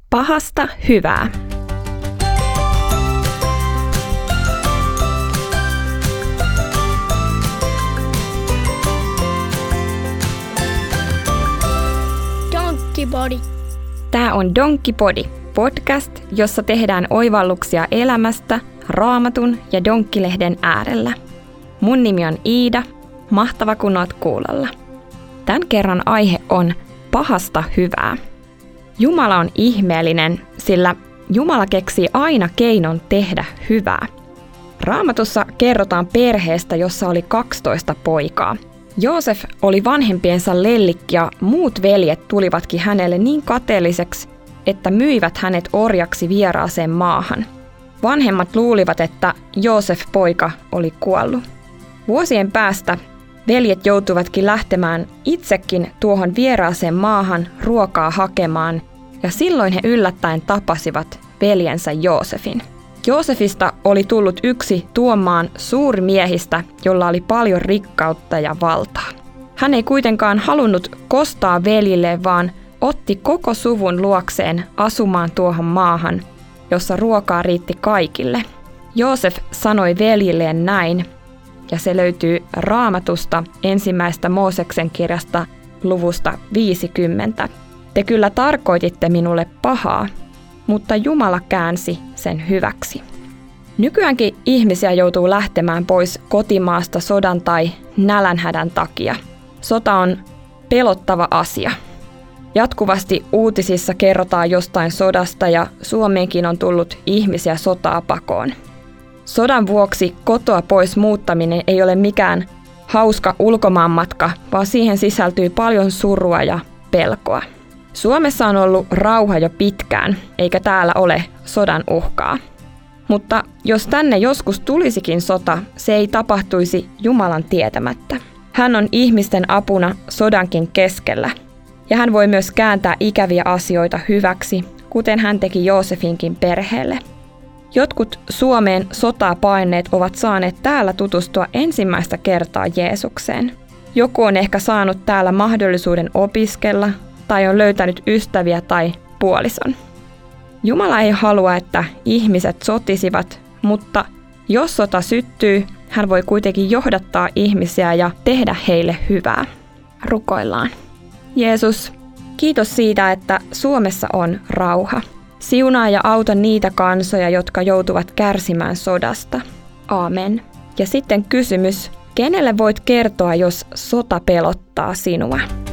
Pahasta hyvää. Donkkipodi. Tämä on Donkkipodi, podcast, jossa tehdään oivalluksia elämästä Raamatun ja Donkkilehden äärellä. Mun nimi on Iida, mahtava kun oot kuulolla. Tän kerran aihe on pahasta hyvää. Jumala on ihmeellinen, sillä Jumala keksii aina keinon tehdä hyvää. Raamatussa kerrotaan perheestä, jossa oli 12 poikaa. Joosef oli vanhempiensa lellikki ja muut veljet tulivatkin hänelle niin kateelliseksi, että myivät hänet orjaksi vieraaseen maahan. Vanhemmat luulivat, että Joosef-poika oli kuollut. Vuosien päästä veljet joutuivatkin lähtemään itsekin tuohon vieraaseen maahan ruokaa hakemaan, ja silloin he yllättäen tapasivat veljensä Joosefin. Joosefista oli tullut yksi tuon maan suurmiehistä, jolla oli paljon rikkautta ja valtaa. Hän ei kuitenkaan halunnut kostaa veljille, vaan otti koko suvun luokseen asumaan tuohon maahan, jossa ruokaa riitti kaikille. Joosef sanoi veljilleen näin, ja se löytyy Raamatusta 1. Mooseksen kirjasta luvusta 50. Te kyllä tarkoititte minulle pahaa, mutta Jumala käänsi sen hyväksi. Nykyäänkin ihmisiä joutuu lähtemään pois kotimaasta sodan tai nälänhädän takia. Sota on pelottava asia. Jatkuvasti uutisissa kerrotaan jostain sodasta ja Suomeenkin on tullut ihmisiä sotaa pakoon. Sodan vuoksi kotoa pois muuttaminen ei ole mikään hauska ulkomaanmatka, vaan siihen sisältyy paljon surua ja pelkoa. Suomessa on ollut rauha jo pitkään, eikä täällä ole sodan uhkaa. Mutta jos tänne joskus tulisikin sota, se ei tapahtuisi Jumalan tietämättä. Hän on ihmisten apuna sodankin keskellä. Ja hän voi myös kääntää ikäviä asioita hyväksi, kuten hän teki Joosefinkin perheelle. Jotkut Suomeen sotaa paineet ovat saaneet täällä tutustua ensimmäistä kertaa Jeesukseen. Joku on ehkä saanut täällä mahdollisuuden opiskella tai on löytänyt ystäviä tai puolison. Jumala ei halua, että ihmiset sotisivat, mutta jos sota syttyy, hän voi kuitenkin johdattaa ihmisiä ja tehdä heille hyvää. Rukoillaan. Jeesus, kiitos siitä, että Suomessa on rauha. Siunaa ja auta niitä kansoja, jotka joutuvat kärsimään sodasta. Aamen. Ja sitten kysymys, kenelle voit kertoa, jos sota pelottaa sinua?